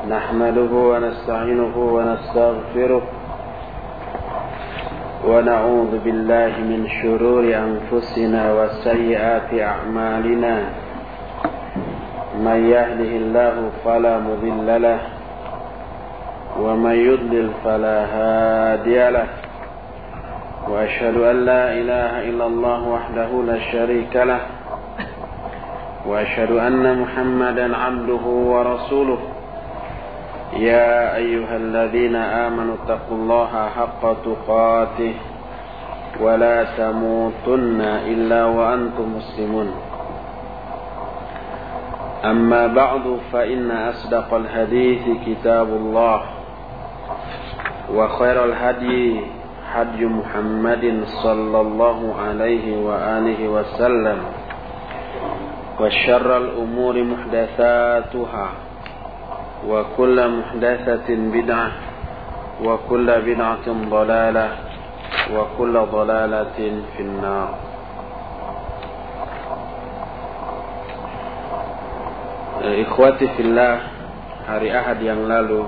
نحمده ونستعينه ونستغفره ونعوذ بالله من شرور أنفسنا وسيئات أعمالنا من يهده الله فلا مضل له ومن يضلل فلا هادي له وأشهد أن لا إله إلا الله وحده لا شريك له وأشهد أن محمدا عبده ورسوله يا أيها الذين آمنوا اتقوا الله حق تقاته ولا تموتن إلا وأنتم مسلمون أما بعد فإن أصدق الحديث كتاب الله وخير الهدي هدي محمد صلى الله عليه وآله وسلم وشر الأمور محدثاتها وكل محدثة بدعة وكل بدعة ضلالة وكل ضلالة في النار. Ikhwati fillah, hari Ahad yang lalu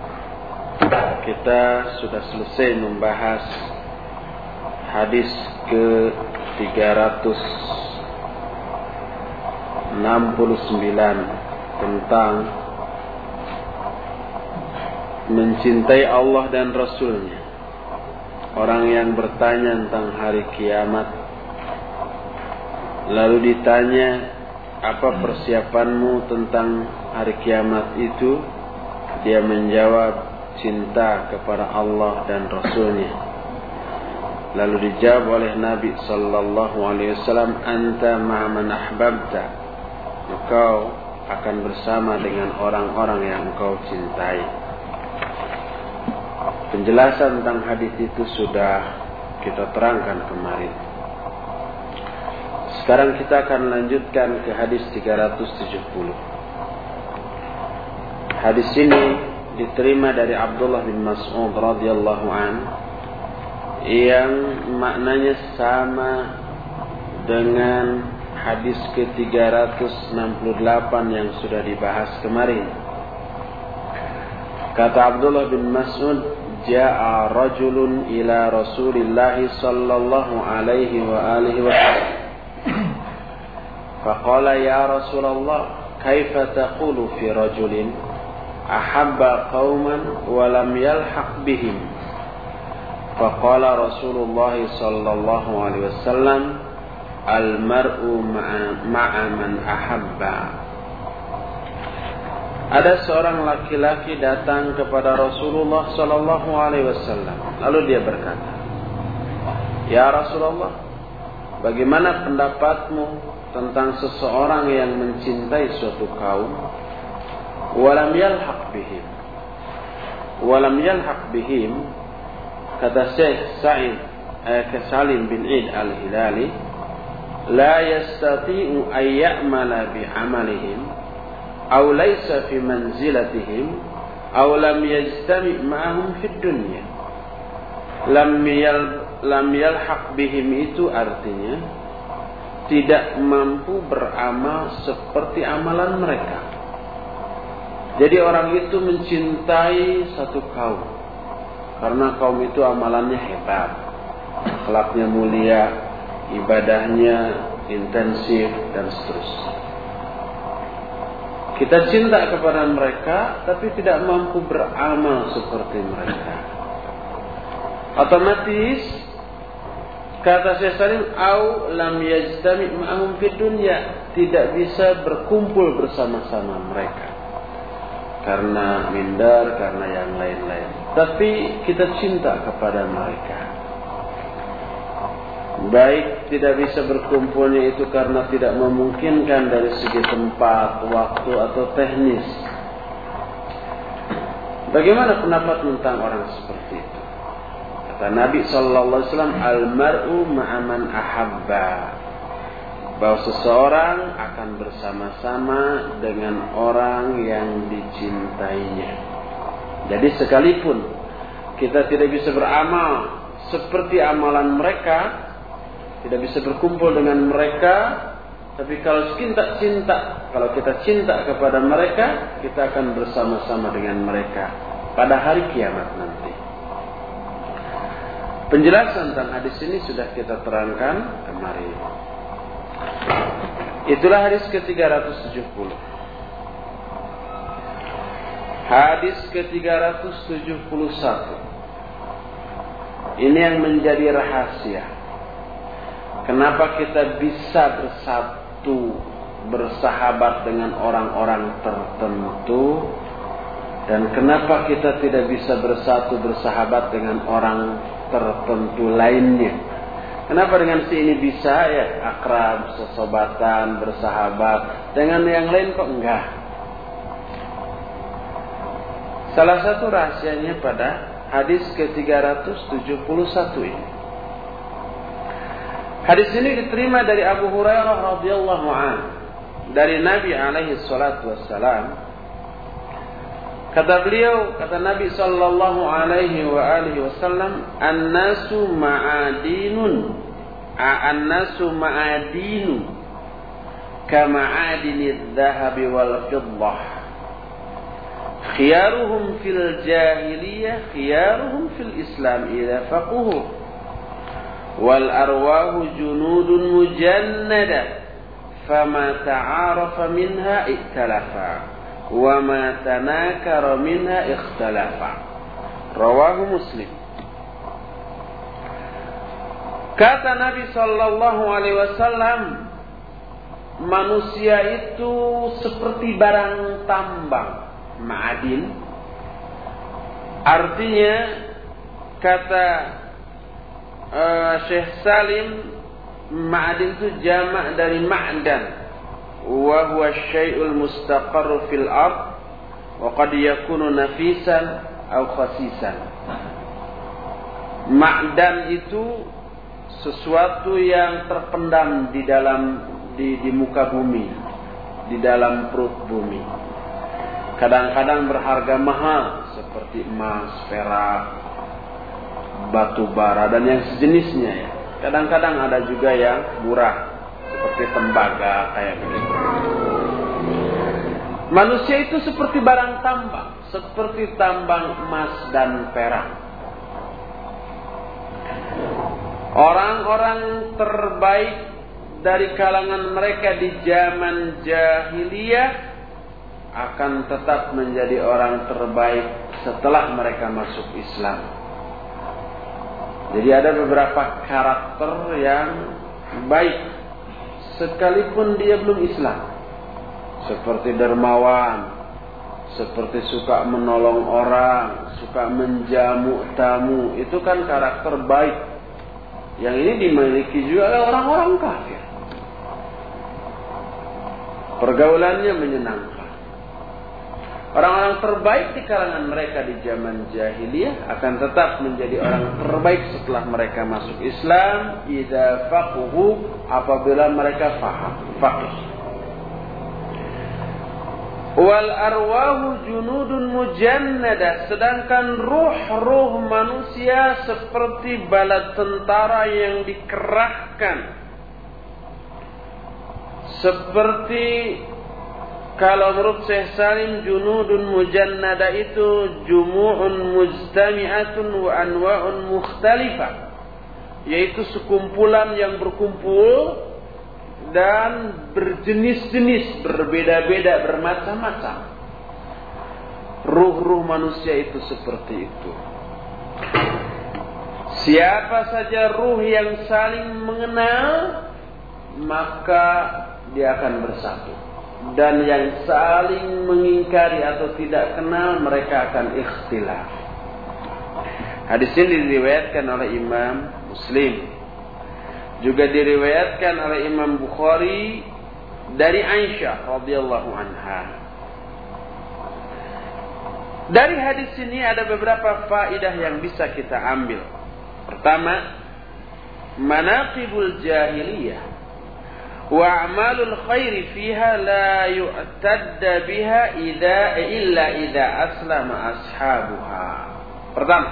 kita sudah selesai membahas hadis ke-369 tentang mencintai Allah dan Rasulnya. Orang yang bertanya tentang hari kiamat, lalu ditanya, apa persiapanmu tentang hari kiamat itu? Dia menjawab, cinta kepada Allah dan Rasulnya. Lalu dijawab oleh Nabi sallallahu alaihi wasallam, anta ma'aman ahbabta, engkau akan bersama dengan orang-orang yang engkau cintai. Penjelasan tentang hadis itu sudah kita terangkan kemarin. Sekarang kita akan lanjutkan ke hadis 370. Hadis ini diterima dari Abdullah bin Mas'ud radhiyallahu an, yang maknanya sama dengan hadis ke-368 yang sudah dibahas kemarin. Kata Abdullah bin Mas'ud, ja'a rajulun ila Rasulillah sallallahu alaihi wa alihi wasallam. Faqala ya Rasulullah, kaifa taqulu fi rajulin ahabba qauman wa lam yalhaq bihim? Faqala Rasulullah sallallahu alaihi wasallam, al-mar'u ma'a man ahabba. Ada seorang laki-laki datang kepada Rasulullah sallallahu alaihi wasallam. Lalu dia berkata, ya Rasulullah, bagaimana pendapatmu tentang seseorang yang mencintai suatu kaum, walam yalhaq bihim? Walam yalhaq bihim, kata Syekh Salim bin Id al-Hilali, la yastati'u an ya'mala bi'amalihim aw laysa fi manzilatihim aw lam yajtami' ma'ahum fid dunya. Lam yalhaq bihim itu artinya tidak mampu beramal seperti amalan mereka. Jadi orang itu mencintai satu kaum karena kaum itu amalannya hebat, akhlaknya mulia, ibadahnya intensif, dan seterusnya. Kita cinta kepada mereka tapi tidak mampu beramal seperti mereka. Otomatis kata Syekh Salim, au lam yajtami' ma'ahum fid dunya, tidak bisa berkumpul bersama-sama mereka karena minder, karena yang lain-lain. Tapi kita cinta kepada mereka. Baik tidak bisa berkumpulnya itu karena tidak memungkinkan dari segi tempat, waktu, atau teknis. Bagaimana pendapat tentang orang seperti itu? Kata Nabi sallallahu alaihi wasallam, al-mar'u ma'aman ahabba, bahwa seseorang akan bersama-sama dengan orang yang dicintainya. Jadi sekalipun kita tidak bisa beramal seperti amalan mereka, tidak bisa berkumpul dengan mereka, Tapi kalau kita cinta kepada mereka, kita akan bersama-sama dengan mereka pada hari kiamat nanti. Penjelasan tentang hadis ini sudah kita terangkan kemarin. Itulah hadis ke-370. Hadis ke-371. Ini yang menjadi rahasia. Kenapa kita bisa bersahabat dengan orang-orang tertentu, dan kenapa kita tidak bisa bersahabat dengan orang tertentu lainnya. Kenapa dengan si ini bisa ya akrab, sesobatan, bersahabat, dengan yang lain kok enggak? Salah satu rahasianya pada hadis ke-371 ini. Hadis ini diterima dari Abu Hurairah radhiyallahu anhu dari Nabi alaihi salatu wassalam. Kata beliau, kata Nabi sallallahu alaihi wa alihi wasallam, "An-nasu ma'adinun, an-nasu ma'adinu kama'adinidz dhahabi wal fiddah. Khiyaruhum fil jahiliyah, khiyaruhum fil Islam idza faquhu. Wal arwahu junudun mujannada, fama ta'arafa minha iktalafa. Wa ma tanakara minha ikhtalafa." Rawahu Muslim. Kata Nabi sallallahu alaihi wasallam, manusia itu seperti barang tambang, ma'adin. Artinya kata Syekh Salim, ma'adin itu jamak dari ma'dan. Wa huwa syai'ul mustaqarru fil ard wa qad yakunu nafisan aw khasisan. Ma'dan itu sesuatu yang terpendam di muka bumi, di dalam perut bumi. Kadang-kadang berharga mahal seperti emas, perak, batu bara dan yang sejenisnya ya. Kadang-kadang ada juga yang murah seperti tembaga kayak begitu. Manusia itu seperti barang tambang, seperti tambang emas dan perak. Orang-orang terbaik dari kalangan mereka di zaman jahiliyah akan tetap menjadi orang terbaik setelah mereka masuk Islam. Jadi ada beberapa karakter yang baik sekalipun dia belum Islam, seperti dermawan, seperti suka menolong orang, suka menjamu tamu. Itu kan karakter baik. Yang ini dimiliki juga oleh orang-orang kafir. Pergaulannya menyenangkan. Orang-orang terbaik di kalangan mereka di zaman jahiliyah akan tetap menjadi orang terbaik setelah mereka masuk Islam, idza faquhu, apabila mereka faqih. Wal arwahu junudun mujannada, sedangkan ruh manusia seperti bala tentara yang dikerahkan. Seperti kalau menurut Syekh Salim, junudun mujannada itu jumu'un mujtami'atun wa anwa'un mukhtalifah, yaitu sekumpulan yang berkumpul dan berjenis-jenis, berbeda-beda, bermacam-macam. Ruh-ruh manusia itu seperti itu. Siapa saja ruh yang saling mengenal, maka dia akan bersatu. Dan yang saling mengingkari atau tidak kenal, mereka akan ikhtilaf. Hadis ini diriwayatkan oleh Imam Muslim, juga diriwayatkan oleh Imam Bukhari dari Aisyah radhiyallahu anha. Dari hadis ini ada beberapa faedah yang bisa kita ambil. Pertama, manaqibul jahiliyah wa a'malul khairi fiha la yu'tadda biha illa idza aslama ashabuha. Pertama,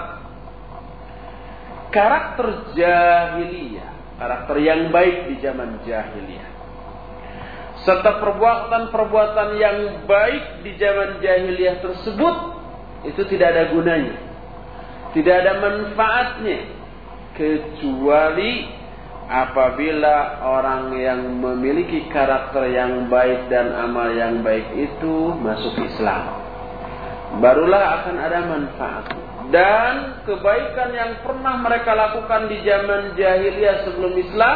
karakter jahiliyah, karakter yang baik di zaman jahiliyah. serta perbuatan-perbuatan yang baik di zaman jahiliyah tersebut itu tidak ada gunanya, tidak ada manfaatnya, kecuali apabila orang yang memiliki karakter yang baik dan amal yang baik itu masuk Islam, barulah akan ada manfaat. Dan kebaikan yang pernah mereka lakukan di zaman jahiliyah sebelum Islam,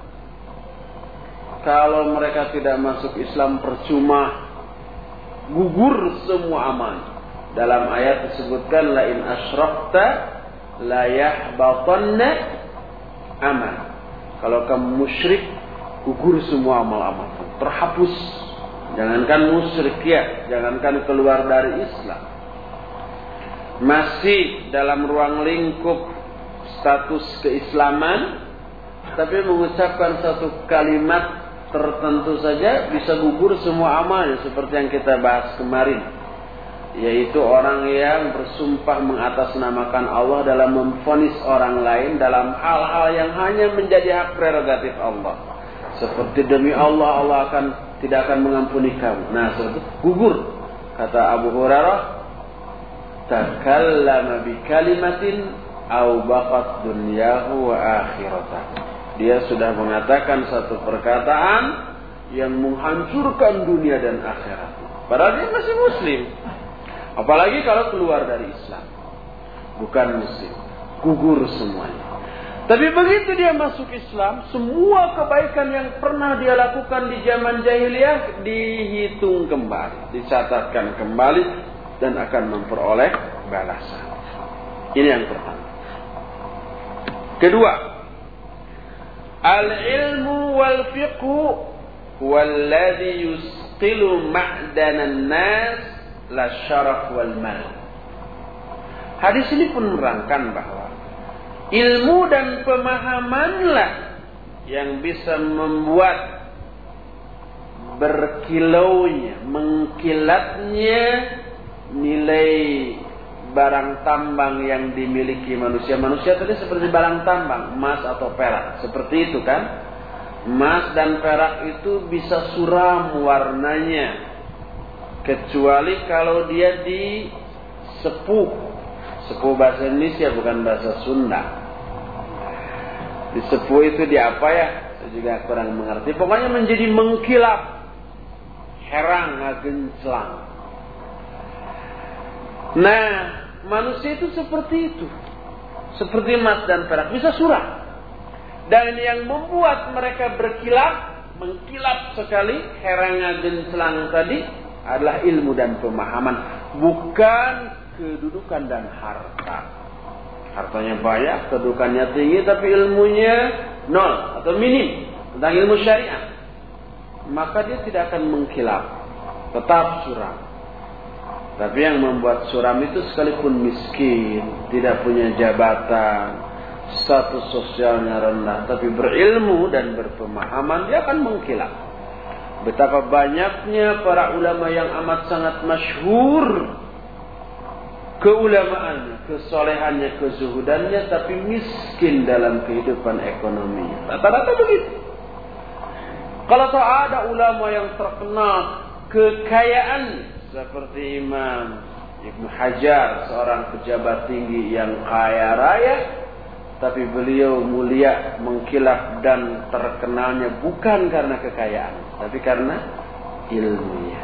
kalau mereka tidak masuk Islam percuma, gugur semua amal. Dalam ayat disebutkan la in asyrakta la yahbatanna amal. Kalau kamu musyrik, gugur semua amal-amal, terhapus. Jangankan musyrik ya, jangankan keluar dari Islam, masih dalam ruang lingkup status keislaman, tapi mengucapkan satu kalimat tertentu saja bisa gugur semua amalnya, seperti yang kita bahas kemarin, yaitu orang yang bersumpah mengatasnamakan Allah dalam memvonis orang lain dalam hal-hal yang hanya menjadi hak prerogatif Allah, seperti demi Allah, Allah tidak akan mengampuni kamu. Nah, seperti itu gugur. Kata Abu Hurairah, takallama bi kalimatin aw baqat dunyahu wa akhiratahu. Dia sudah mengatakan satu perkataan yang menghancurkan dunia dan akhirat. Padahal dia masih muslim. Apalagi kalau keluar dari Islam, bukan muslim, gugur semuanya. Tapi begitu dia masuk Islam, semua kebaikan yang pernah dia lakukan di zaman jahiliyah dihitung kembali, dicatatkan kembali, dan akan memperoleh balasan. Ini yang pertama. Kedua, al-ilmu wal fiqhu walladhi yusqilu ma'danan nas la syaraf wal mal. Hadis ini pun menerangkan bahwa ilmu dan pemahamanlah yang bisa membuat berkilaunya, mengkilatnya nilai barang tambang yang dimiliki manusia. Manusia tadi seperti barang tambang, emas atau perak. Seperti itu kan? Emas dan perak itu bisa suram warnanya, kecuali kalau dia disepuh. Sepuh bahasa Indonesia, bukan bahasa Sunda. Disepuh itu di apa ya? Saya juga kurang mengerti. Pokoknya menjadi mengkilap, herang, genclang. Nah, manusia itu seperti itu. Seperti emas dan perak, bisa suram. Dan yang membuat mereka berkilat, mengkilap sekali, herang genclang tadi adalah ilmu dan pemahaman, bukan kedudukan dan harta. Hartanya banyak, kedudukannya tinggi, tapi ilmunya nol atau minim tentang ilmu syariat, maka dia tidak akan mengkilap, tetap suram. Tapi yang membuat suram itu sekalipun miskin, tidak punya jabatan, status sosialnya rendah, tapi berilmu dan berpemahaman, dia akan mengkilap. Betapa banyaknya para ulama yang amat sangat masyhur keulamaannya, kesolehannya, kezuhudannya, tapi miskin dalam kehidupan ekonominya. Rata-rata begitu. Kalau ada ulama yang terkenal kekayaannya, seperti Imam Ibn Hajar, seorang pejabat tinggi yang kaya raya, tapi beliau mulia, mengkilap dan terkenalnya bukan karena kekayaan, tapi karena ilmunya.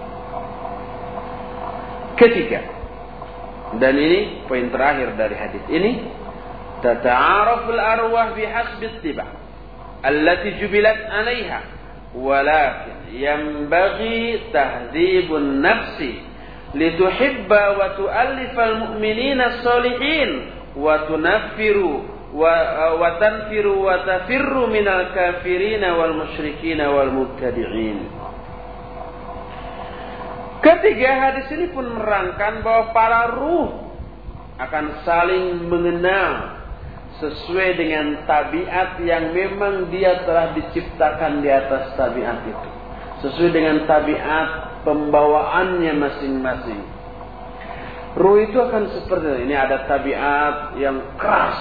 Ketiga, dan ini poin terakhir dari hadis ini, tata'araful arwah bihasbi ittiba' allati jubilat 'alaiha, walakin yanbaghi tahdhibun nafsi lituhibba wa tu'allifal mu'minina as-solihin wa tunaffiru wa tanfiru wa tafirru minal kafirina wal musyrikina wal mubtadi'in. Ketiga, hadis ini pun menerangkan bahwa para ruh akan saling mengenal sesuai dengan tabiat yang memang dia telah diciptakan di atas tabiat itu, sesuai dengan tabiat pembawaannya masing-masing. Ruh itu akan seperti ini, ada tabiat yang keras,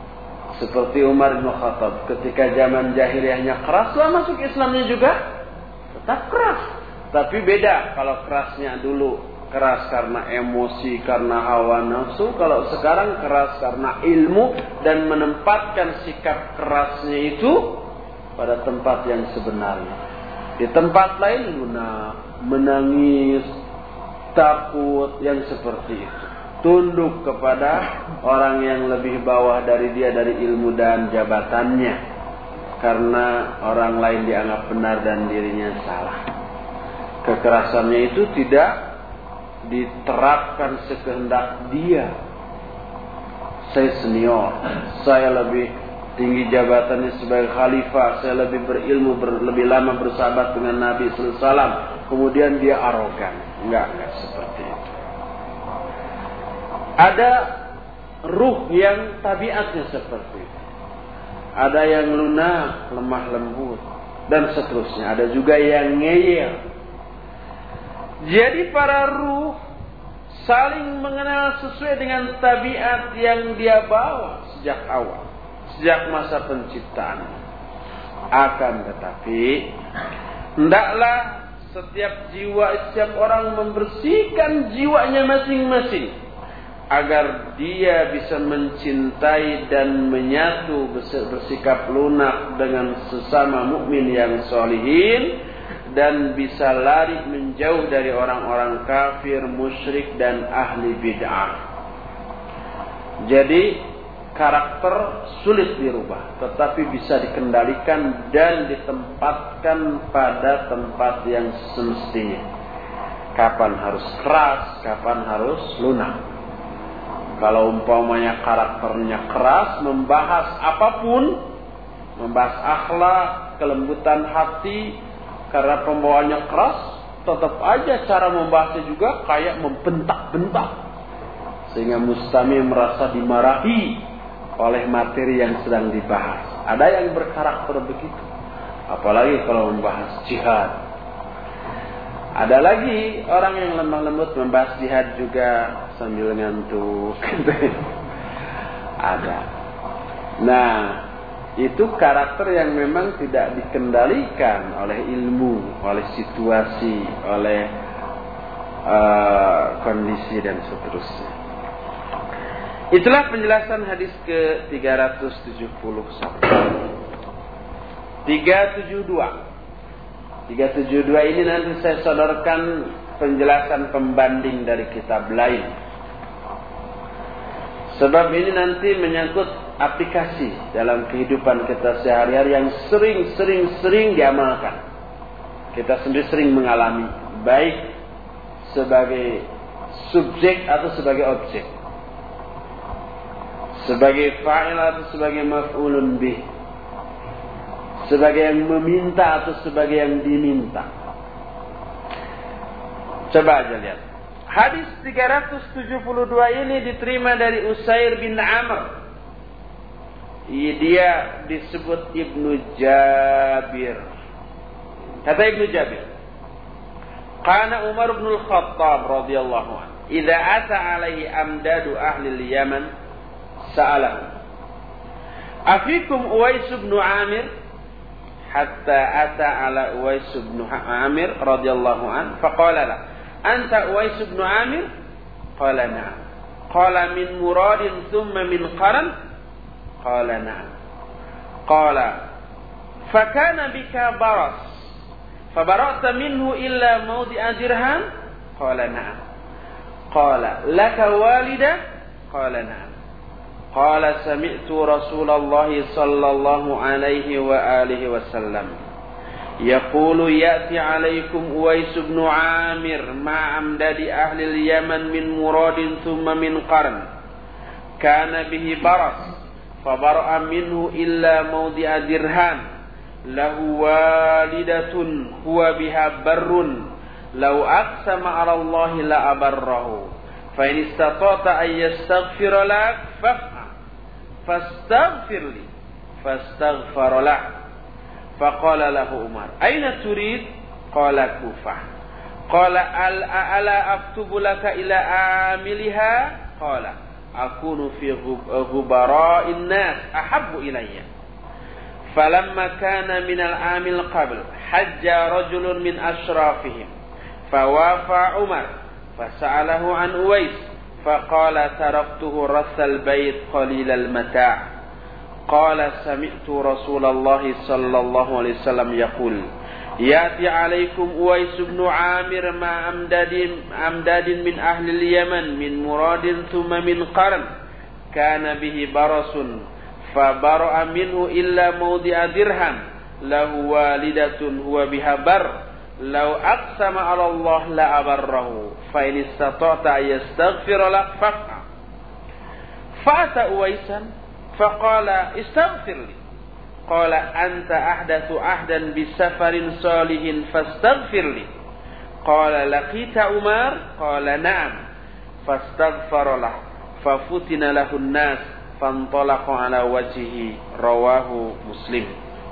seperti Umar bin Khattab ketika zaman jahiliyahnya keras, setelah masuk Islamnya juga tetap keras. Tapi beda kalau kerasnya dulu keras karena emosi, karena hawa nafsu. Kalau sekarang keras karena ilmu dan menempatkan sikap kerasnya itu pada tempat yang sebenarnya. Di tempat lain lunak, menangis, takut, yang seperti itu. Tunduk kepada orang yang lebih bawah dari dia dari ilmu dan jabatannya, karena orang lain dianggap benar dan dirinya salah. Kekerasannya itu tidak diterapkan sekehendak dia. Saya senior, saya lebih tinggi jabatannya sebagai khalifah, saya lebih berilmu, lebih lama bersahabat dengan Nabi sallallahu alaihi wasallam, kemudian dia arogan. Enggak seperti itu. Ada ruh yang tabiatnya seperti itu. Ada yang lunak, lemah lembut, dan seterusnya. Ada juga yang ngeyel. Jadi para ruh saling mengenal sesuai dengan tabiat yang dia bawa sejak awal, sejak masa penciptaan. Akan tetapi, hendaklah setiap jiwa, setiap orang membersihkan jiwanya masing-masing, agar dia bisa mencintai dan menyatu bersikap lunak dengan sesama mukmin yang sholihin, dan bisa lari menjauh dari orang-orang kafir, musyrik dan ahli bid'ah. Jadi karakter sulit dirubah, tetapi bisa dikendalikan dan ditempatkan pada tempat yang semestinya. Kapan harus keras, kapan harus lunak. Kalau umpamanya karakternya keras, membahas apapun, membahas akhlak, kelembutan hati, karena pembawaannya keras, tetap aja cara membahasnya juga kayak membentak-bentak, sehingga mustami merasa dimarahi oleh materi yang sedang dibahas. Ada yang berkarakter begitu, apalagi kalau membahas jihad. Ada lagi orang yang lemah lembut membahas jihad juga sambil ngantuk. Ada. Nah, itu karakter yang memang tidak dikendalikan oleh ilmu, oleh situasi, oleh kondisi dan seterusnya. Itulah penjelasan hadis ke 371. 372 ini nanti saya sodorkan penjelasan pembanding dari kitab lain. Sebab ini nanti menyangkut aplikasi dalam kehidupan kita sehari-hari yang sering diamalkan. Kita sendiri sering mengalami, baik sebagai subjek atau sebagai objek, sebagai fa'il atau sebagai maf'ulun bih, sebagai yang meminta atau sebagai yang diminta. Coba aja lihat. Hadis 372 ini diterima dari Usair bin Amr. Dia disebut Ibnu Jabir. Kata Ibnu Jabir, Kana Umar bin Al-Khattab radhiyallahu anhu, idza ata alaihi amdadu ahli al-Yaman, sa'alahu, afikum Uwais bin Amir? Hatta ata ala Uwais bin Amir radhiyallahu anhu, faqala la, anta Uwais bin Amir? Qala na'am. Qala min muradin thumma min qaran? Qala na'am. Qala fakana bika baras fabara'ta minhu illa mawdi'a dirham? Qala na'am. Qala laka walida? Qala na'am. Qala sami'tu Rasulullah sallallahu alaihi wa alihi wasallam yaqulu ya'ti 'alaikum Uwais bin Amir ma amdadi ahli al-Yaman min muradin thumma min qarn kana bihi baras fabara'a minhu illa mawdi'a dirham lahu walidatun huwa biha barrun law aqsama 'ala Allah la abarrahu fa in istata'ta an yastaghfira lak fastaghfir li fastaghfara lah. Faqala lahu Umar, aina turid? Qala Kufah. Qala ala aktubu laka ila amiliha? Qala akunu fi ghubara'in nas ahabbu ilayya. Falamma kana minal amil qabl hajja rajulun min ashrafihim fawafa Umar fasa'alahu an Uwais faqala taraktuhu rasal bait qalilal mata' qala sami'tu Rasulullah sallallahu alaihi wasallam yaqul yati alaikum Uwais bin Amir ma amdadin min ahli al-Yaman min muradin thumma min qarn kana bihi barasun fa bara'a minhu illa mawdi'a dirham lahu walidatun huwa biha bar law aqsama 'ala Allah la abarrahu fa in istata'ta yastaghfir lak fa'ata Uwaisan faqala istaghfir li qala anta ahdathu ahdan bi safarin salihin fastaghfir li qala laqita Umar qala na'am fastaghfara lah fafutina lahu an-nas fantalaqa ala wajhihi rawahu Muslim.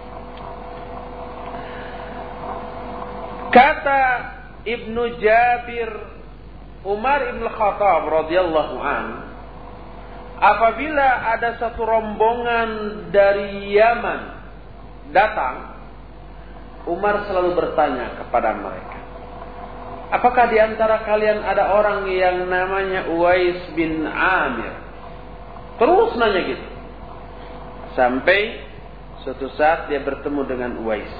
Kata Ibnu Jabir, Umar Ibn Khattab radhiyallahu an, apabila ada satu rombongan dari Yaman datang, Umar selalu bertanya kepada mereka, apakah di antara kalian ada orang yang namanya Uwais bin Amir? Terus nanya gitu. Sampai suatu saat dia bertemu dengan Uwais.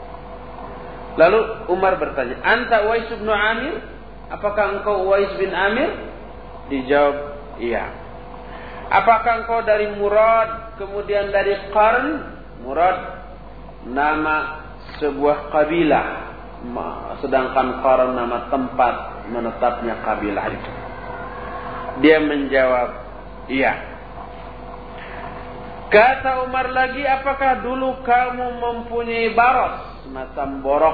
Lalu Umar bertanya, anta Uwais bin Amir? Apakah engkau Uwais bin Amir? Dijawab, iya. Apakah engkau dari Murad, kemudian dari Qarn? Murad nama sebuah kabilah, sedangkan Qarn nama tempat menetapnya kabilah itu. Dia menjawab, iya. Kata Umar lagi, apakah dulu kamu mempunyai baros, semacam borok?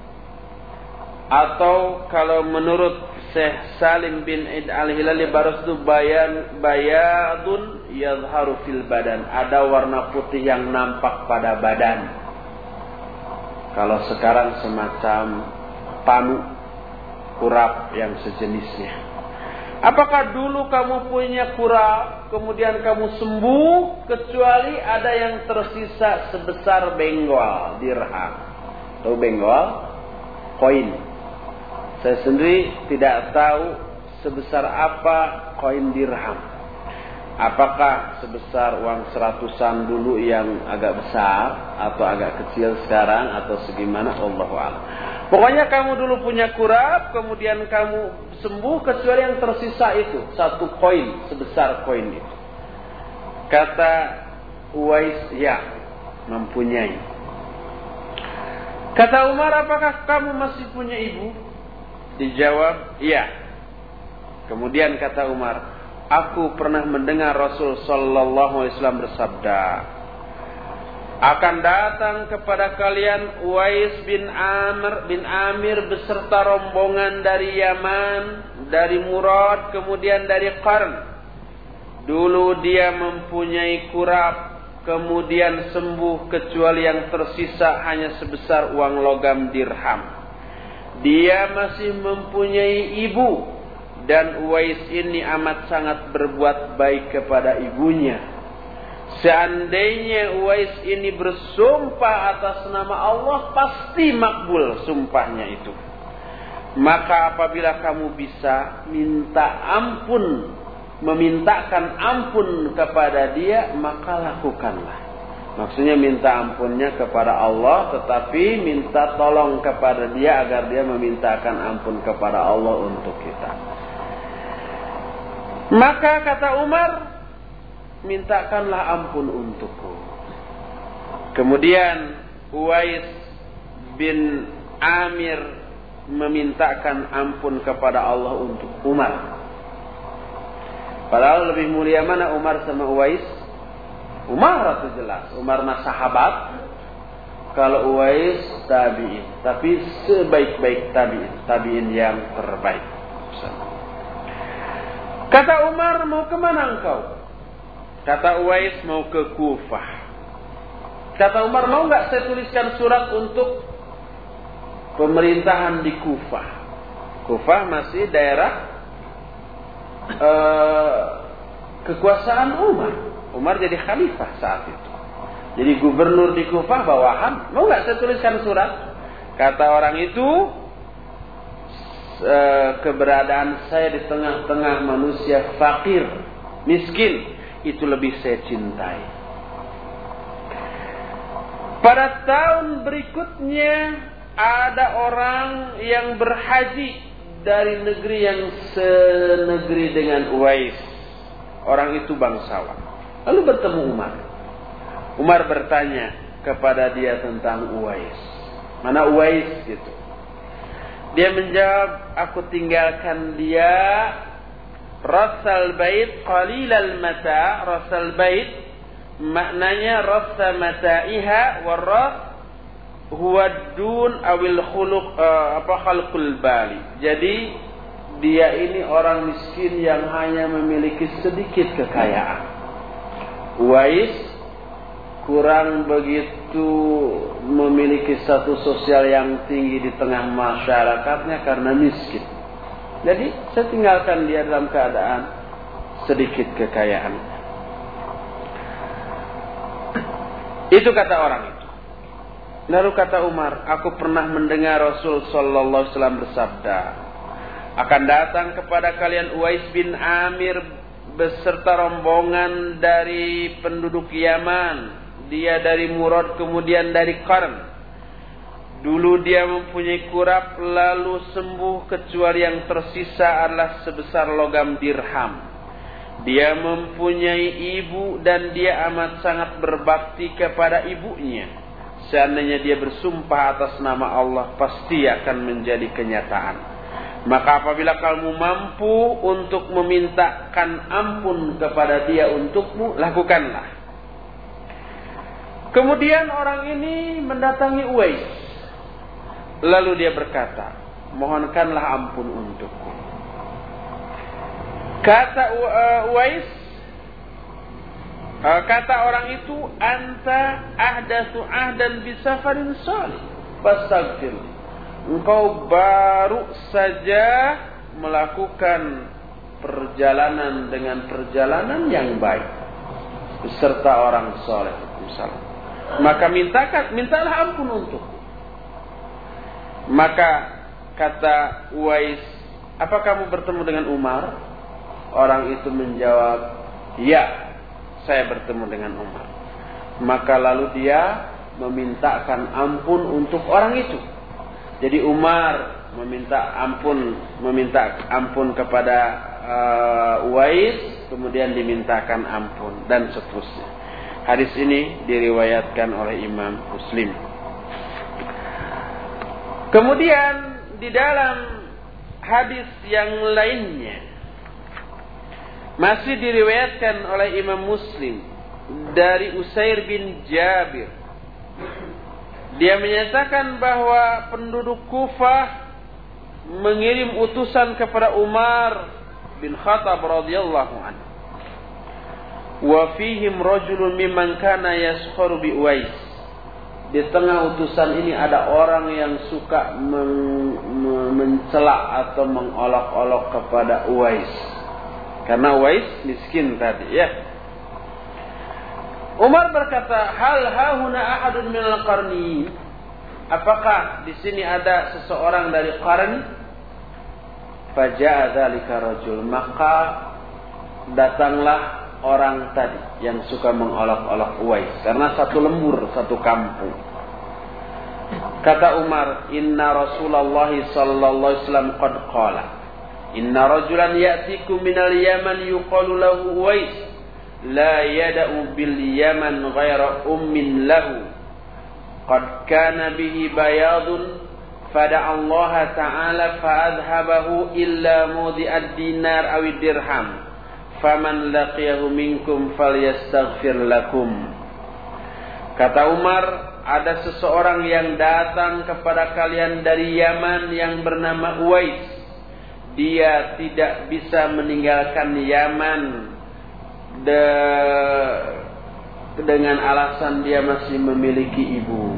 Atau kalau menurut Syekh Salim bin Id al-Hilali, baros itu bayadun yadharu fil badan, ada warna putih yang nampak pada badan. Kalau sekarang semacam panu, kurap yang sejenisnya. Apakah dulu kamu punya kurap, kemudian kamu sembuh, kecuali ada yang tersisa sebesar benggol dirham. Tahu benggol? Koin. Saya sendiri tidak tahu sebesar apa koin dirham. Apakah sebesar uang 100-an dulu yang agak besar, atau agak kecil sekarang, atau segimana, Allahu a'lam. Pokoknya kamu dulu punya kurap, kemudian kamu sembuh, kecuali yang tersisa itu satu koin sebesar koin itu. Kata Uwais, ya, mempunyai. Kata Umar, apakah kamu masih punya ibu? Dijawab, iya. Kemudian kata Umar, aku pernah mendengar Rasul sallallahu alaihi wasallam bersabda, akan datang kepada kalian Uwais bin Amir beserta rombongan dari Yaman, dari Murad, kemudian dari Qarn. Dulu dia mempunyai kurap, kemudian sembuh, kecuali yang tersisa hanya sebesar uang logam dirham. Dia masih mempunyai ibu, dan Uwais ini amat sangat berbuat baik kepada ibunya. Seandainya Uwais ini bersumpah atas nama Allah, pasti makbul sumpahnya itu. Maka apabila kamu bisa minta ampun, memintakan ampun kepada dia, maka lakukanlah. Maksudnya minta ampunnya kepada Allah, tetapi minta tolong kepada dia agar dia memintakan ampun kepada Allah untuk kita. Maka kata Umar, mintakanlah ampun untukku. Kemudian Uwais bin Amir memintakan ampun kepada Allah untuk Umar. Padahal lebih mulia mana Umar sama Uwais? Umar itu jelas. Umar mah sahabat. Kalau Uwais tabi'in. Tapi sebaik-baik tabi'in. Tabi'in yang terbaik. Kata Umar, mau kemana engkau? Kata Uwais, mau ke Kufah. Kata Umar, mau enggak saya tuliskan surat untuk pemerintahan di Kufah? Kufah masih daerah kekuasaan Umar. Umar jadi khalifah saat itu. Jadi gubernur di Kufah bawahan, mau nggak saya tuliskan surat? Kata orang itu, keberadaan saya di tengah-tengah manusia fakir, miskin, itu lebih saya cintai. Pada tahun berikutnya ada orang yang berhaji dari negeri yang senegeri dengan Uwais. Orang itu bangsawan. Lalu bertemu Umar. Umar bertanya kepada dia tentang Uwais. Mana Uwais gitu. Dia menjawab, aku tinggalkan dia rasal bait qalilal mata. Rasal bait maknanya rasa mata'iha waras huwa dun awil khuluq khalqul bali. Jadi dia ini orang miskin yang hanya memiliki sedikit kekayaan. Uwais kurang begitu memiliki status sosial yang tinggi di tengah masyarakatnya karena miskin. Jadi saya tinggalkan dia dalam keadaan sedikit kekayaan. Itu kata orang itu. Lalu kata Umar, aku pernah mendengar Rasul sallallahu alaihi wasallam bersabda, akan datang kepada kalian Uwais bin Amir beserta rombongan dari penduduk Yaman. Dia dari Murad, kemudian dari Qarn. Dulu dia mempunyai kurap, lalu sembuh, kecuali yang tersisa adalah sebesar logam dirham. Dia mempunyai ibu dan dia amat sangat berbakti kepada ibunya. Seandainya dia bersumpah atas nama Allah, pasti akan menjadi kenyataan. Maka apabila kamu mampu untuk memintakan ampun kepada dia untukmu, lakukanlah. Kemudian orang ini mendatangi Uwais. Lalu dia berkata, mohonkanlah ampun untukku. Kata Uwais, kata orang itu, anta ahdatsu ahdan bisafarin salih fastaghfir. Engkau baru saja melakukan perjalanan dengan perjalanan yang baik beserta orang saleh. Maka mintalah ampun untuk. Maka kata Uwais, apa kamu bertemu dengan Umar? Orang itu menjawab, ya, saya bertemu dengan Umar. Maka lalu dia memintakan ampun untuk orang itu. Jadi Umar meminta ampun kepada Uwais, kemudian dimintakan ampun dan seterusnya. Hadis ini diriwayatkan oleh Imam Muslim. Kemudian di dalam hadis yang lainnya masih diriwayatkan oleh Imam Muslim dari Usair bin Jabir. Dia menyatakan bahwa penduduk Kufah mengirim utusan kepada Umar bin Khattab radhiyallahu anhu. Wa fihim rajulun mimman kana yaskharu bi Uwais. Di tengah utusan ini ada orang yang suka mencela atau mengolok-olok kepada Uwais. Karena Uwais miskin tadi, ya. Umar berkata, "Hal hauna ahadun minal qarni?" Apakah di sini ada seseorang dari Qarn? Faja'a dzalika rajul, maka datanglah orang tadi yang suka mengolok-olok Uwais, karena satu lembur, satu kampung. Kata Umar, inna Rasulullah sallallahu alaihi wasallam qad qala, inna rajulan ya'tikum minal Yaman yuqalu lahu Uwais, la yada'u bil Yaman ghaira ummin lahu, qad kana bihi bayadun fada'a Allah ta'ala fa'adhabahu illa mudi'ad dinar awid dirham. Faman laqiyahu minkum falyastaghfir lakum. Kata Umar, ada seseorang yang datang kepada kalian dari Yaman yang bernama Uwais. Dia tidak bisa meninggalkan Yaman dengan alasan dia masih memiliki ibu.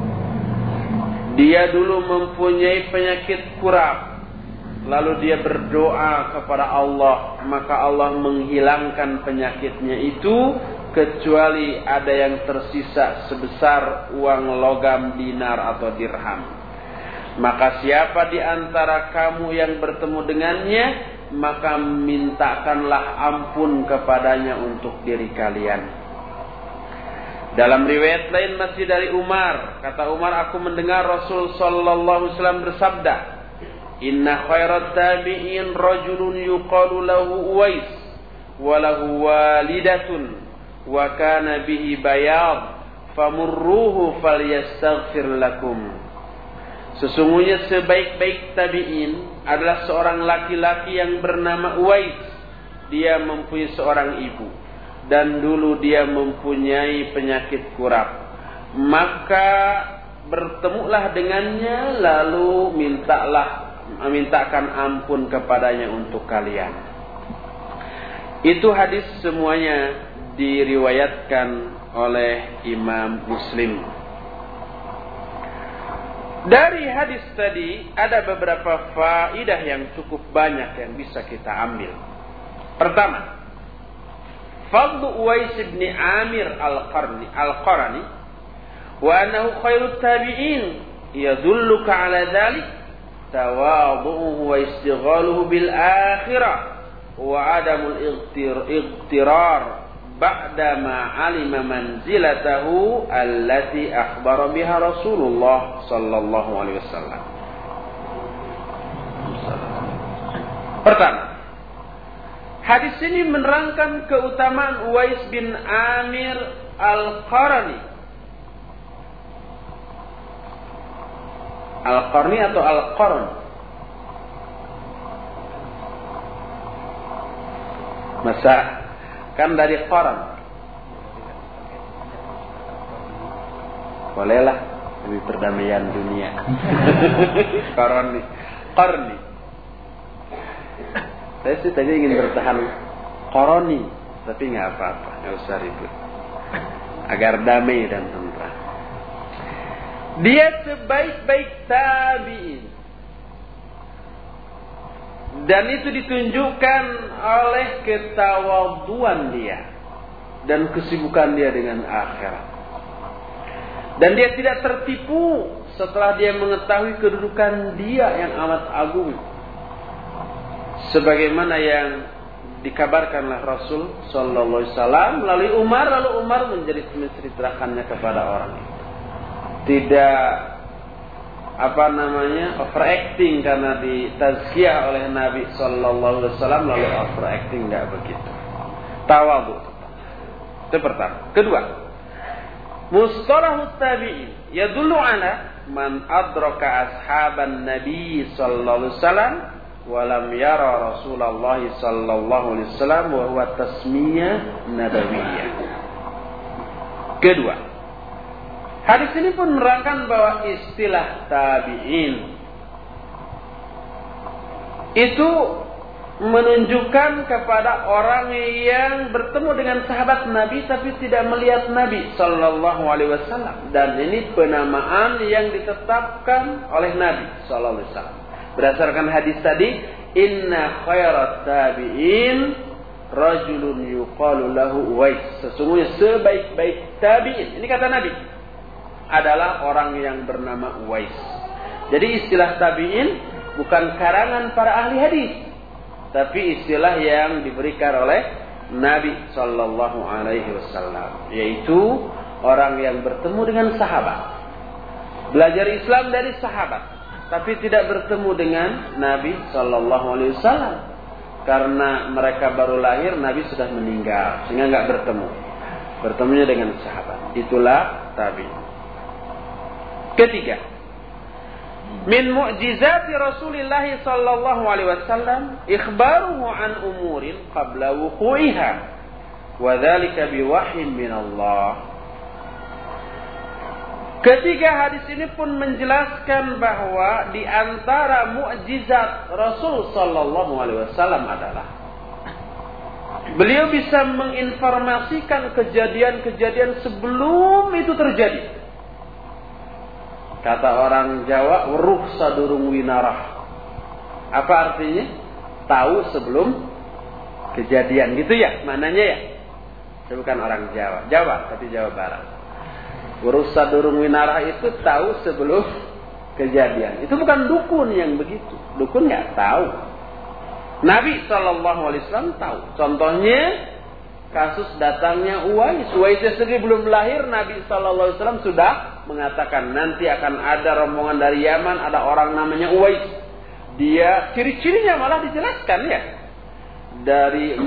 Dia dulu mempunyai penyakit kurap. Lalu dia berdoa kepada Allah, maka Allah menghilangkan penyakitnya itu kecuali ada yang tersisa sebesar uang logam dinar atau dirham. Maka siapa di antara kamu yang bertemu dengannya, maka mintakanlah ampun kepadanya untuk diri kalian. Dalam riwayat lain masih dari Umar, kata Umar, aku mendengar Rasul sallallahu alaihi wasallam bersabda, "Inna khairat tabi'in rajulun yuqalu lahu Uwais wa lahu walidatun wa kana bihi bayad famurruhu falyastaghfir lakum." Sesungguhnya sebaik-baik tabi'in adalah seorang laki-laki yang bernama Uwais. Dia mempunyai seorang ibu dan dulu dia mempunyai penyakit kurap. Maka bertemulah dengannya lalu mintakan ampun kepadanya untuk kalian. Itu hadis semuanya diriwayatkan oleh Imam Muslim. Dari hadis tadi ada beberapa faidah yang cukup banyak yang bisa kita ambil. Pertama, fadlu Uwais bin Amir al-Qarni wa annahu khairut tabi'in yadulluka ala dhalik tawadhu'uhu wa istighaluhu bil akhirah wa adamul ightirar ba'dama alima manzilatahu allati akhbara biha Rasulullah sallallahu alaihi wasallam. Pertama, hadis ini menerangkan keutamaan Uwais bin Amir al-Qarni. Al-Qarni atau Al-Qarn? Masa kan dari Qarn. Bolehlah demi perdamaian dunia. Qarni. Saya sih tadi ingin bertahan Qarni, tapi nggak apa-apa, nggak usah ribut. Agar damai dan tentram. Dia sebaik-baik tabi'in. Dan itu ditunjukkan oleh ketawaduan dia dan kesibukan dia dengan akhirat. Dan dia tidak tertipu setelah dia mengetahui kedudukan dia yang amat agung. Sebagaimana yang dikabarkanlah Rasul sallallahu alaihi wasallam melalui Umar, lalu Umar menceritakannya kepada orang itu. Tidak overacting karena ditazkiyah oleh Nabi sallallahu alaihi wasallam lalu overacting, enggak begitu. Tawadhu. Itu pertama. Kedua, mustalahut tabi'in yadullu ala man adraka ashaban Nabi sallallahu alaihi wasallam wa lam yara Rasulullah sallallahu alaihi wasallam wa huwa tasmiyah nabawiyyah. Kedua, hadis ini pun menerangkan bahwa istilah tabi'in itu menunjukkan kepada orang yang bertemu dengan sahabat Nabi tapi tidak melihat Nabi sallallahu alaihi wasallam, dan ini penamaan yang ditetapkan oleh Nabi sallallahu alaihi wasallam berdasarkan hadis tadi, inna khairat tabi'in rajulun yuqalu lahu Uwais. Sesungguhnya sebaik-baik tabi'in, ini kata Nabi, adalah orang yang bernama Uwais. Jadi istilah tabi'in bukan karangan para ahli hadis, tapi istilah yang diberikan oleh Nabi sallallahu alaihi wasallam, yaitu orang yang bertemu dengan sahabat, belajar Islam dari sahabat, tapi tidak bertemu dengan Nabi sallallahu alaihi wasallam karena mereka baru lahir, Nabi sudah meninggal sehingga enggak bertemu. Bertemunya dengan sahabat. Itulah tabi'in. Ketiga, min mu'jizati Rasulillah sallallahu alaihi wasallam ikhbaruhu an umurin qabla wuqu'iha wa dzalika biwahyin min Allah. Ketiga, hadis ini pun menjelaskan bahwa di antara mukjizat Rasul sallallahu alaihi wasallam adalah beliau bisa menginformasikan kejadian-kejadian sebelum itu terjadi. Kata orang Jawa, weruh sadurung winarah. Apa artinya? Tahu sebelum kejadian, gitu ya? Mananya ya? Saya bukan orang Jawa. Jawa, tapi Jawa Barat. Urus Sadurung Winarah itu tahu sebelum kejadian. Itu bukan dukun yang begitu. Dukun nggak tahu. Nabi SAW tahu. Contohnya kasus datangnya Uwais. Uwais sendiri belum lahir, Nabi SAW sudah mengatakan nanti akan ada rombongan dari Yaman, ada orang namanya Uwais. Dia ciri-cirinya malah dijelaskan ya. Dari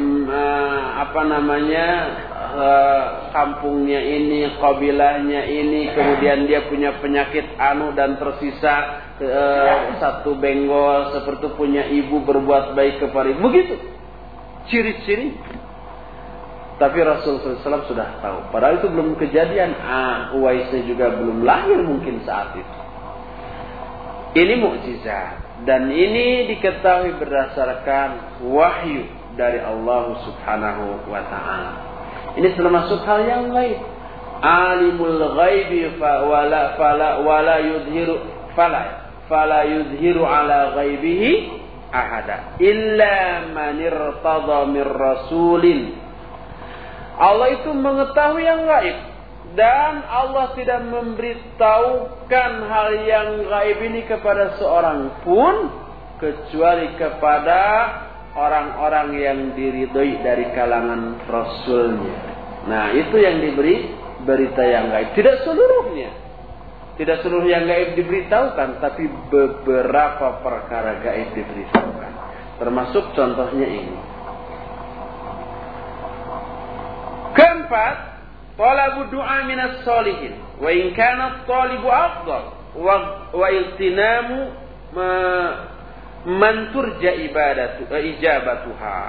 kampungnya ini, kabilahnya ini, kemudian dia punya penyakit anu dan tersisa satu benggol, seperti punya ibu berbuat baik kepada ibu. Begitu ciri-ciri. Tapi Rasulullah SAW sudah tahu. Padahal itu belum kejadian. Uwaisnya juga belum lahir mungkin saat itu. Ini mukjizat. Dan ini diketahui berdasarkan wahyu dari Allah Subhanahu wa ta'ala. Ini termasuk hal yang gaib. Alimul ghaibi fala yudhiru ala ghaibihi ahada illa man irtada mir rasulin. Allah itu mengetahui yang gaib, dan Allah tidak memberitahukan hal yang gaib ini kepada seorang pun kecuali kepada orang-orang yang diridhoi dari kalangan Rasulnya. Nah, itu yang diberi berita yang gaib. Tidak seluruhnya. Tidak seluruh yang gaib diberitahukan, tapi beberapa perkara gaib diberitahukan. Termasuk contohnya ini. Keempat, talabu du'a minas solihin. Wa in kana at-talibu afdal wa iltinamu man turja ijabatuha.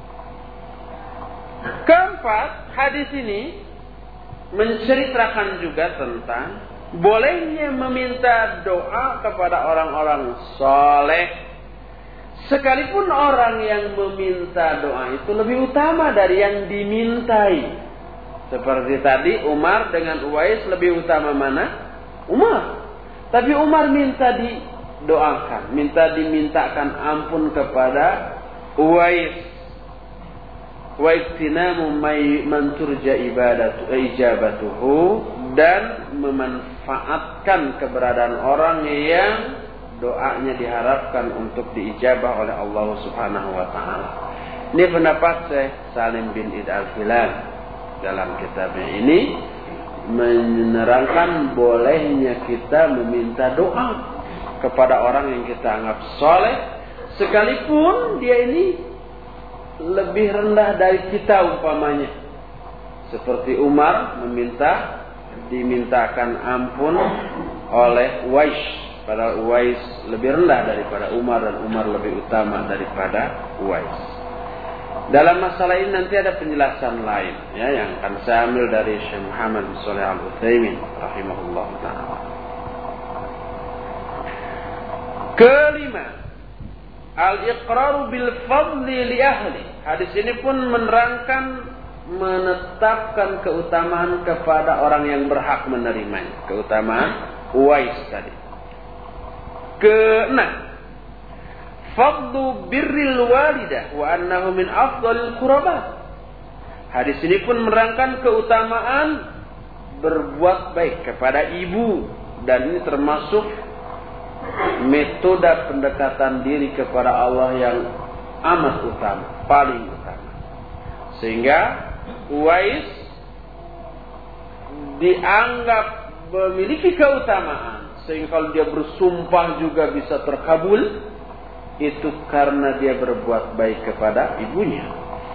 Keempat, hadis ini menceritakan juga tentang bolehnya meminta doa kepada orang-orang soleh, sekalipun orang yang meminta doa itu lebih utama dari yang dimintai. Seperti tadi Umar dengan Uwais, lebih utama mana? Umar. Tapi Umar minta didoakan, minta dimintakan ampun kepada Uwais. Wa iktinamu man turja ijabatuhu, dan memanfaatkan keberadaan orang yang doanya diharapkan untuk diijabah oleh Allah Subhanahu wa taala. Ini pendapat Syekh Salim bin Id Al-Hilal dalam kitabnya ini, menerangkan bolehnya kita meminta doa kepada orang yang kita anggap soleh, sekalipun dia ini lebih rendah dari kita umpamanya. Seperti Umar dimintakan ampun oleh Uwais, padahal Uwais lebih rendah daripada Umar, dan Umar lebih utama daripada Uwais. Dalam masalah ini nanti ada penjelasan lain ya, yang akan saya ambil dari Syekh Muhammad bin Shalih Al-Utsaimin rahimahullah ta'ala. Kelima, al-iqraru bil fadli li ahli. Hadis ini pun menerangkan, menetapkan keutamaan kepada orang yang berhak menerimanya. Keutamaan Uwais tadi. Keenam, fadlu birril walidah wa annahu min afdhalil qurabah. Hadis ini pun menerangkan keutamaan berbuat baik kepada ibu, dan ini termasuk metode pendekatan diri kepada Allah yang amat utama, paling utama. Sehingga Uwais dianggap memiliki keutamaan, sehingga kalau dia bersumpah juga bisa terkabul. Itu karena dia berbuat baik kepada ibunya.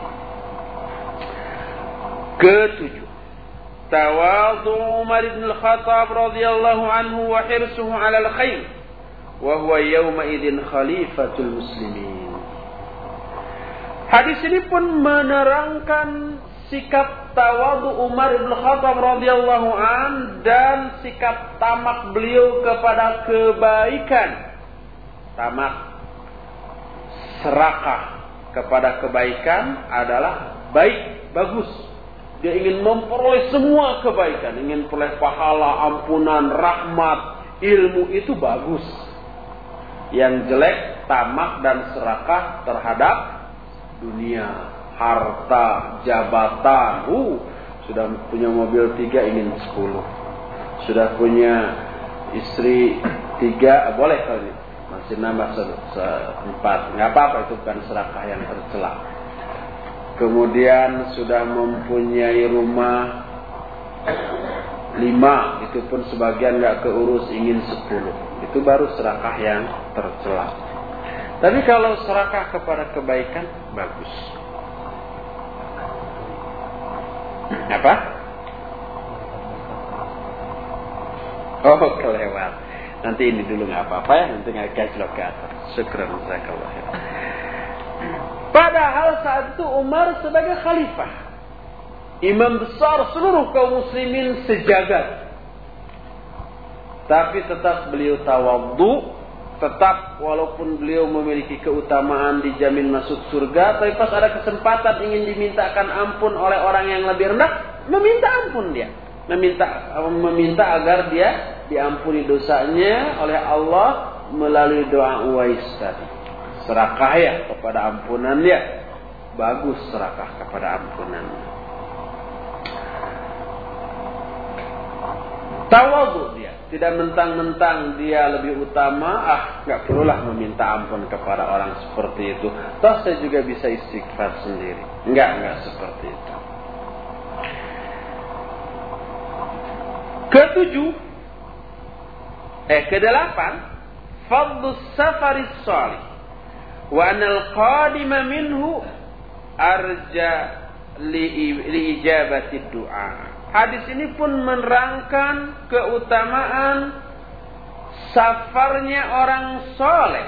Ketujuh, tawadhu Umar bin Al-Khattab radhiyallahu anhu wa hirsuhu 'ala al-khair wa huwa yawma idzin khalifatul muslimin. Hadis ini pun menerangkan sikap tawadhu Umar bin Al-Khattab radhiyallahu an, dan sikap tamak beliau kepada kebaikan. Tamak, serakah kepada kebaikan adalah baik, bagus. Dia ingin memperoleh semua kebaikan, ingin peroleh pahala, ampunan, rahmat, ilmu, itu bagus. Yang jelek tamak dan serakah terhadap dunia, harta, jabatan. Sudah punya mobil 3 ingin 10. Sudah punya istri 3, boleh kalau ini. Masih nambah 4. Nggak apa-apa, itu bukan serakah yang tercela. Kemudian sudah mempunyai rumah 5, itu pun sebagian nggak keurus, ingin 10. Itu baru serakah yang tercela. Tapi kalau serakah kepada kebaikan, bagus. Apa? Oh, kelewat. Nanti ini dulu nggak apa-apa ya, nanti nggak gajlok ke atas. Syukran, jazakallah khair. Padahal saat itu Umar sebagai khalifah, imam besar seluruh kaum muslimin sejagat. Tapi tetap beliau tawadhu, tetap walaupun beliau memiliki keutamaan dijamin masuk surga, tapi pas ada kesempatan ingin dimintakan ampun oleh orang yang lebih rendah, meminta ampun dia. Meminta agar dia diampuni dosanya oleh Allah melalui doa Uwais tadi. Serakah ya kepada ampunan dia. Bagus serakah kepada ampunan. Tawadhu dia, tidak mentang-mentang dia lebih utama, nggak perlulah meminta ampun kepada orang seperti itu. Toh saya juga bisa istighfar sendiri. Enggak seperti itu. Kedelapan, fadlus safaris salih wa anal qadima minhu arja li ijabati doa. Hadis ini pun menerangkan keutamaan safarnya orang soleh,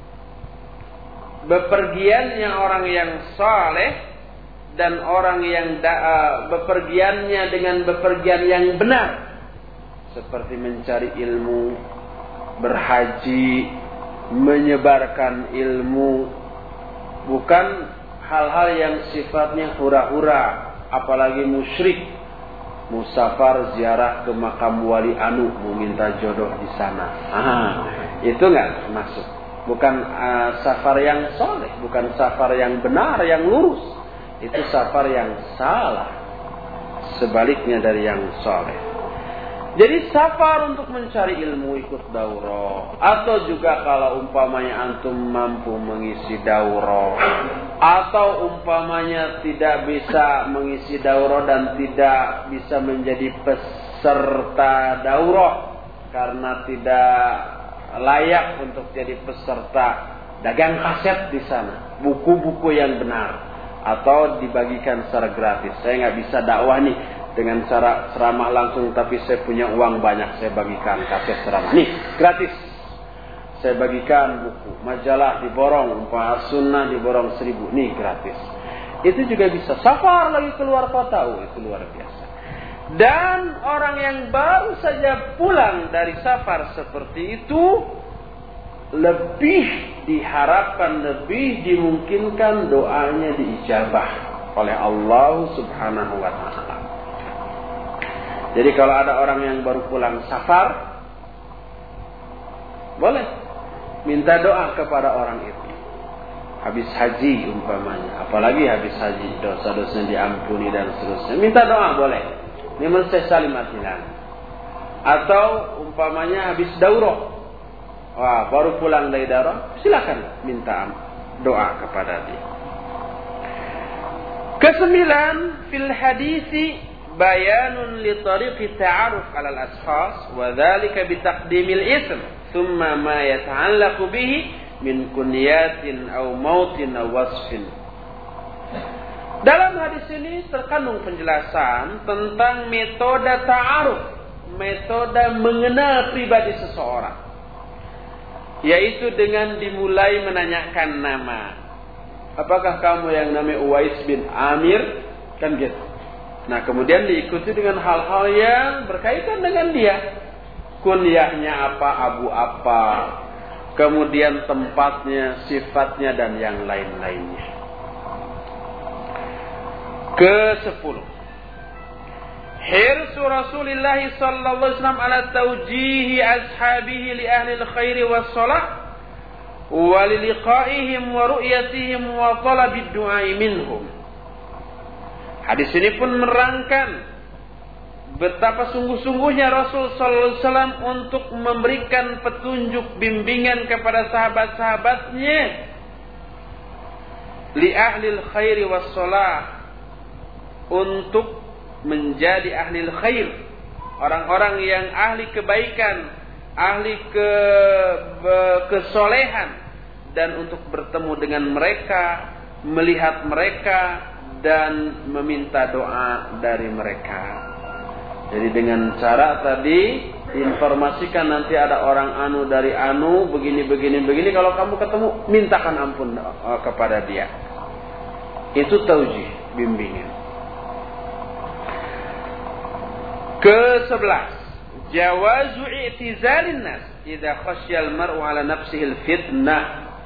bepergiannya orang yang soleh, dan orang yang bepergiannya dengan bepergian yang benar, seperti mencari ilmu, berhaji, menyebarkan ilmu, bukan hal-hal yang sifatnya hura-hura, apalagi musyrik, musafar ziarah ke makam wali anu, meminta jodoh di sana. Itu nggak masuk. Bukan safar yang soleh, bukan safar yang benar, yang lurus. Itu safar yang salah, sebaliknya dari yang soleh. Jadi safar untuk mencari ilmu, ikut daurah, atau juga kalau umpamanya antum mampu mengisi daurah, atau umpamanya tidak bisa mengisi daurah dan tidak bisa menjadi peserta daurah karena tidak layak untuk jadi peserta, dagang kaset di sana, buku-buku yang benar, atau dibagikan secara gratis. Saya nggak bisa dakwah nih dengan cara ceramah langsung, tapi saya punya uang banyak, saya bagikan kaset ceramah. Nih, gratis. Saya bagikan buku, majalah diborong, umpama sunnah diborong 1000, nih gratis. Itu juga bisa. Safar lagi keluar kota, itu luar biasa. Dan orang yang baru saja pulang dari safar seperti itu, lebih diharapkan, lebih dimungkinkan doanya diijabah oleh Allah Subhanahu wa ta'ala. Jadi kalau ada orang yang baru pulang safar, boleh minta doa kepada orang itu. Habis haji umpamanya, apalagi habis haji, dosa-dosanya diampuni dan seterusnya. Minta doa boleh. Liman salimat hilang. Atau umpamanya habis daurah, baru pulang dari daurah, silakan minta doa kepada dia. Kesembilan, fil hadisi bayanun li tariqi ta'aruf 'ala al-ashkhas wa dhalika bi taqdimil ism thumma ma yata'allaqu bihi min kunyatin aw mautin aw wasfin. Dalam hadis ini terkandung penjelasan tentang metode ta'aruf, metode mengenal pribadi seseorang, yaitu dengan dimulai menanyakan nama. Apakah kamu yang namanya Uwais bin Amir? Kan gitu. Nah, kemudian diikuti dengan hal-hal yang berkaitan dengan dia. Kunyahnya apa, abu apa, kemudian tempatnya, sifatnya, dan yang lain-lainnya. Ke-10. Hirsu Rasulullah sallallahu alaihi wasallam ala tawjihi ashabihi li ahli al-khairi was-salah wa li liqa'ihim wa ru'yatihim wa talabi ad-du'a minhum. Hadis ini pun menerangkan betapa sungguh-sungguhnya Rasul sallallahu alaihi wasallam untuk memberikan petunjuk bimbingan kepada sahabat-sahabatnya li ahlil khairi was shalah, untuk menjadi ahlil khair, orang-orang yang ahli kebaikan, ahli kesolehan, dan untuk bertemu dengan mereka, melihat mereka, dan meminta doa dari mereka. Jadi dengan cara tadi informasikan, nanti ada orang anu dari anu begini, kalau kamu ketemu mintakan ampun kepada dia. Itu taujih, bimbingan. Ke-11, jawazu i'tizalin nas idza khasyal mar'u ala nafsihi al-fitnah.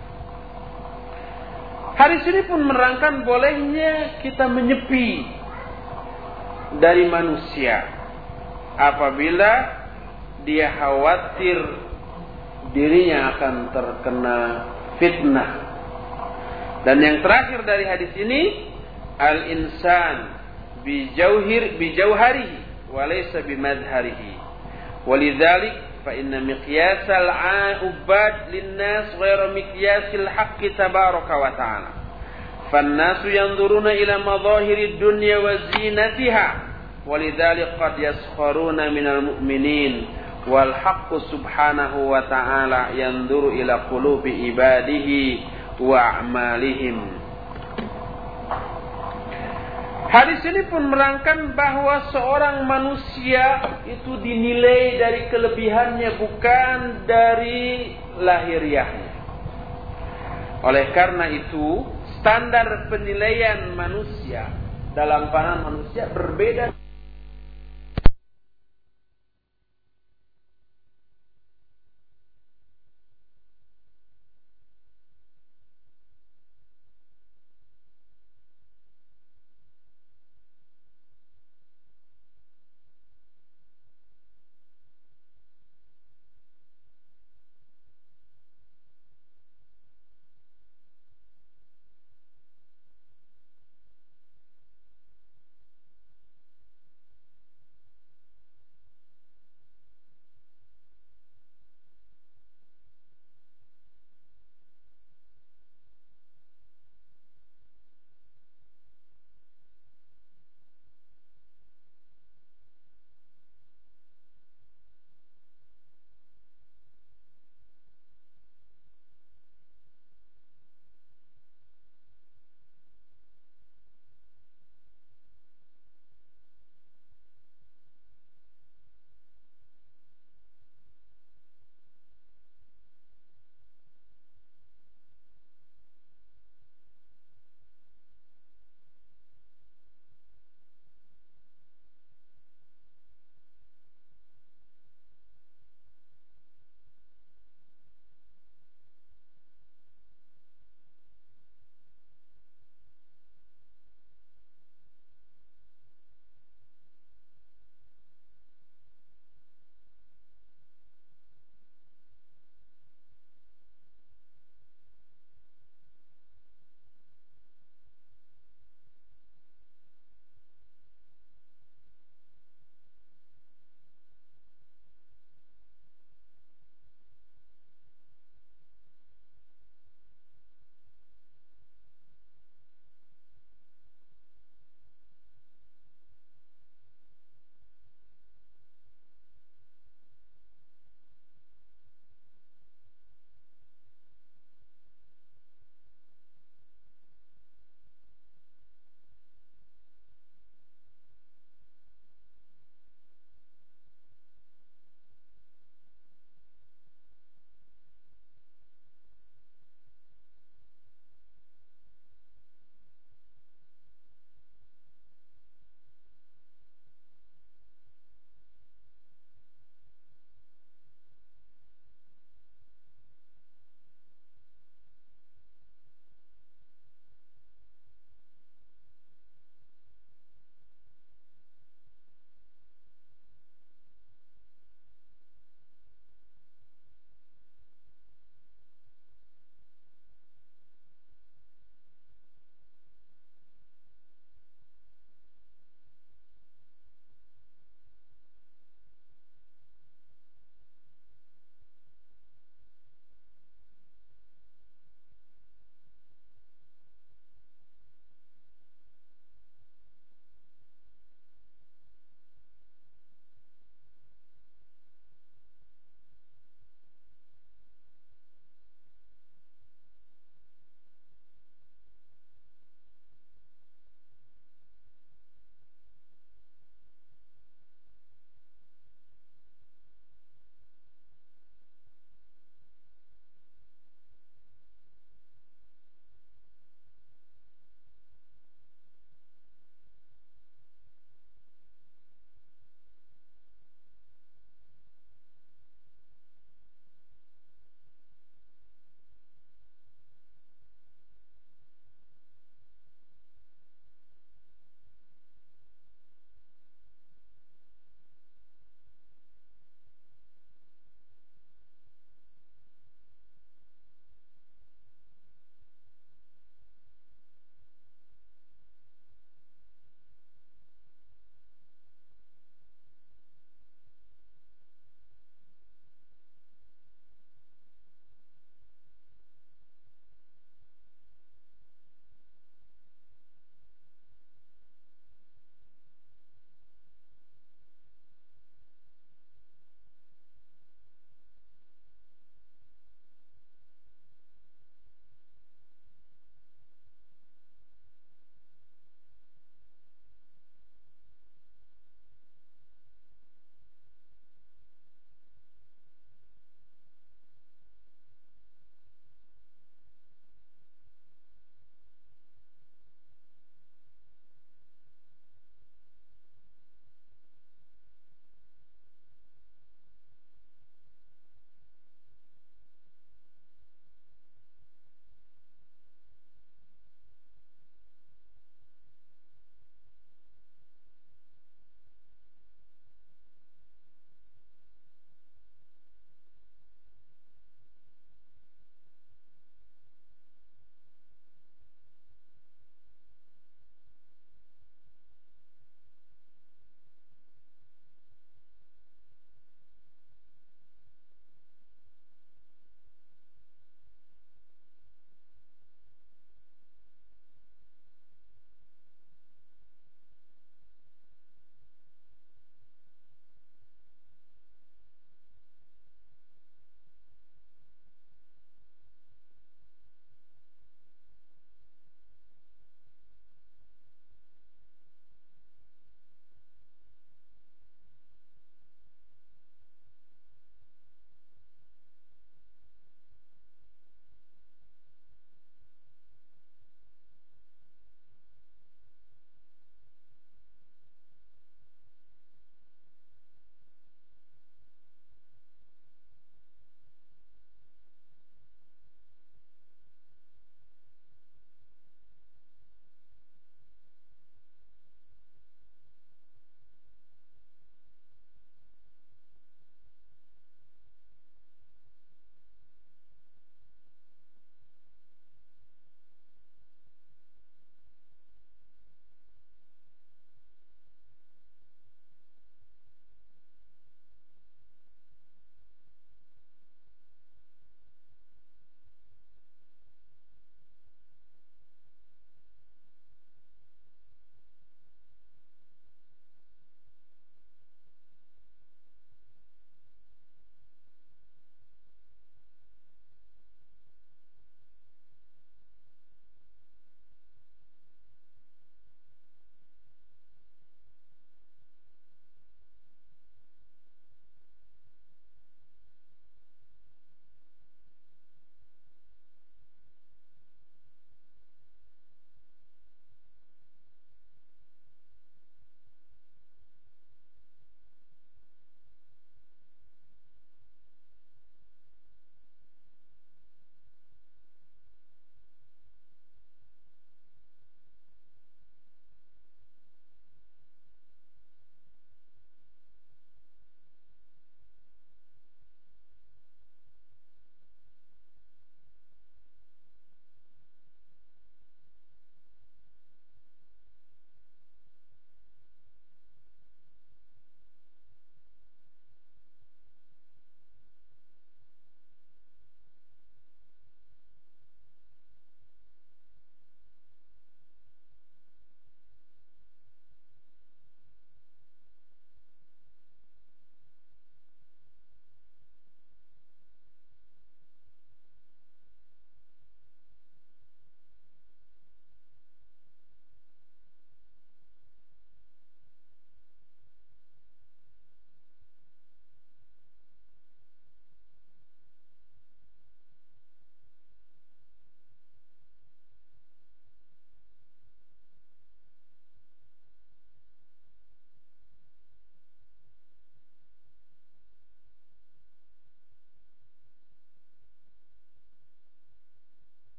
Hadis ini pun menerangkan bolehnya kita menyepi dari manusia apabila dia khawatir dirinya akan terkena fitnah. Dan yang terakhir dari hadis ini, al-insan bijauharihi wa laysa bimadharihi. Walidzalik fa inna miqyasal 'ubad lin-nas ghairu miqyasil haqqi tabaraka wa ta'ala. Fan-nasu yanzuruna ila madhahirid dunya wa zinatiha. Walidzalik qad yaskharuna minal mu'minin wal haqqu subhanahu wa ta'ala yanzuru ila qulubi ibadihi wa a'malihim. Hadis ini pun menerangkan bahwa seorang manusia itu dinilai dari kelebihannya, bukan dari lahiriahnya. Oleh karena itu, standar penilaian manusia dalam pandangan manusia berbeda